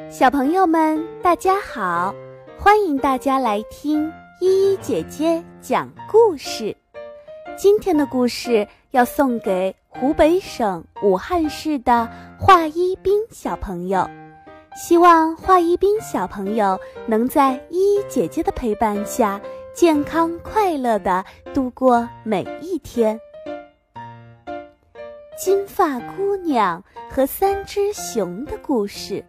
小朋友们，大家好，欢迎大家来听依依姐姐讲故事。今天的故事要送给湖北省武汉市的华一斌小朋友，希望华一斌小朋友能在依依姐姐的陪伴下，健康快乐地度过每一天。金发姑娘和3只熊的故事。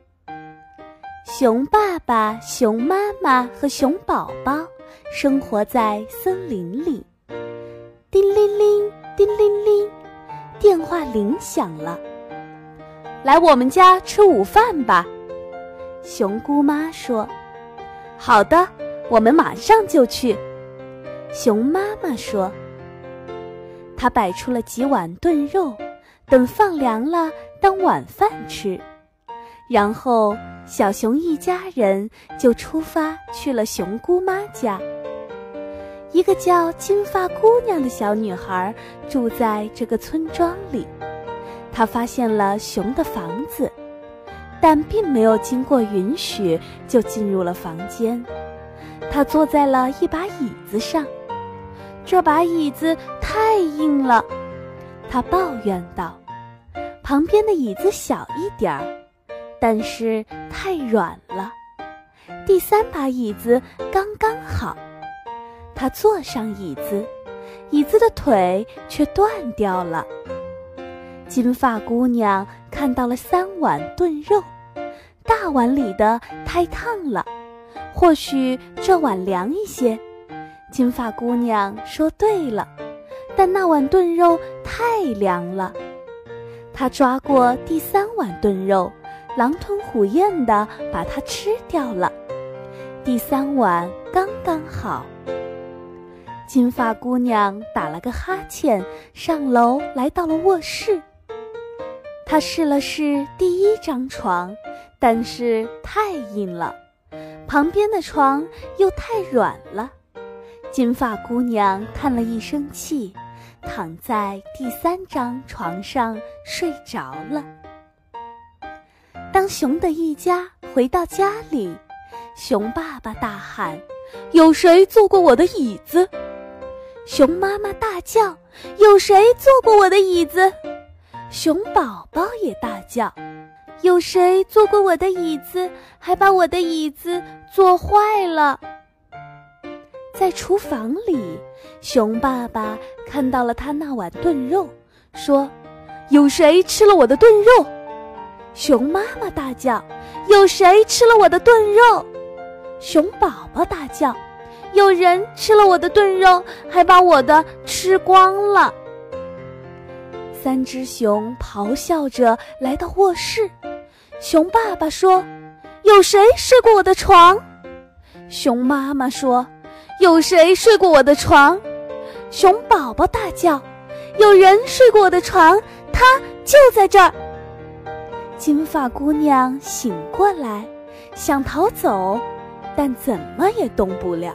熊爸爸、熊妈妈和熊宝宝生活在森林里。叮铃铃，叮铃铃，电话铃响了。来我们家吃午饭吧，熊姑妈说。好的，我们马上就去，熊妈妈说。她摆出了几碗炖肉，等放凉了当晚饭吃。然后小熊一家人就出发去了熊姑妈家。一个叫金发姑娘的小女孩住在这个村庄里，她发现了熊的房子，但并没有经过允许就进入了房间。她坐在了一把椅子上，这把椅子太硬了，她抱怨道。旁边的椅子小一点儿，但是太软了。第3把椅子刚刚好，他坐上椅子，椅子的腿却断掉了。金发姑娘看到了3碗炖肉，大碗里的太烫了，或许这碗凉一些。金发姑娘说对了，但那碗炖肉太凉了。她抓过第3碗炖肉，狼吞虎咽地把它吃掉了。第3碗刚刚好。金发姑娘打了个哈欠，上楼来到了卧室。她试了试第1张床，但是太硬了，旁边的床又太软了。金发姑娘叹了一声气，躺在第3张床上睡着了。当熊的一家回到家里，熊爸爸大喊：有谁坐过我的椅子？熊妈妈大叫：有谁坐过我的椅子？熊宝宝也大叫：有谁坐过我的椅子，还把我的椅子坐坏了？在厨房里，熊爸爸看到了他那碗炖肉，说：有谁吃了我的炖肉？熊妈妈大叫：有谁吃了我的炖肉？熊宝宝大叫：有人吃了我的炖肉，还把我的吃光了。3只熊咆哮着来到卧室。熊爸爸说：有谁睡过我的床？熊妈妈说：有谁睡过我的床？熊宝宝大叫：有人睡过我的床，他就在这儿。金发姑娘醒过来，想逃走，但怎么也动不了。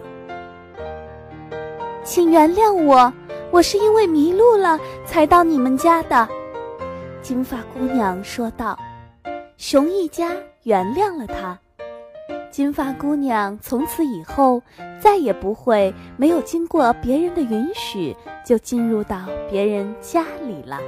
请原谅我，我是因为迷路了才到你们家的，金发姑娘说道。熊一家原谅了她。金发姑娘从此以后再也不会没有经过别人的允许就进入到别人家里了。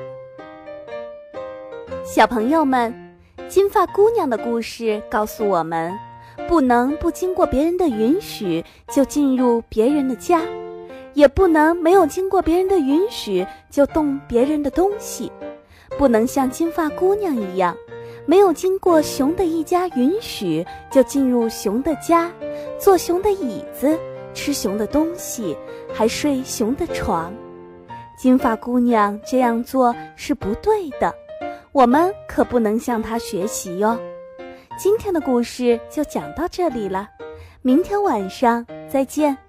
小朋友们，金发姑娘的故事告诉我们，不能不经过别人的允许就进入别人的家，也不能没有经过别人的允许就动别人的东西，不能像金发姑娘一样，没有经过熊的一家允许就进入熊的家，坐熊的椅子，吃熊的东西，还睡熊的床。金发姑娘这样做是不对的，我们可不能向她学习哟。今天的故事就讲到这里了，明天晚上再见。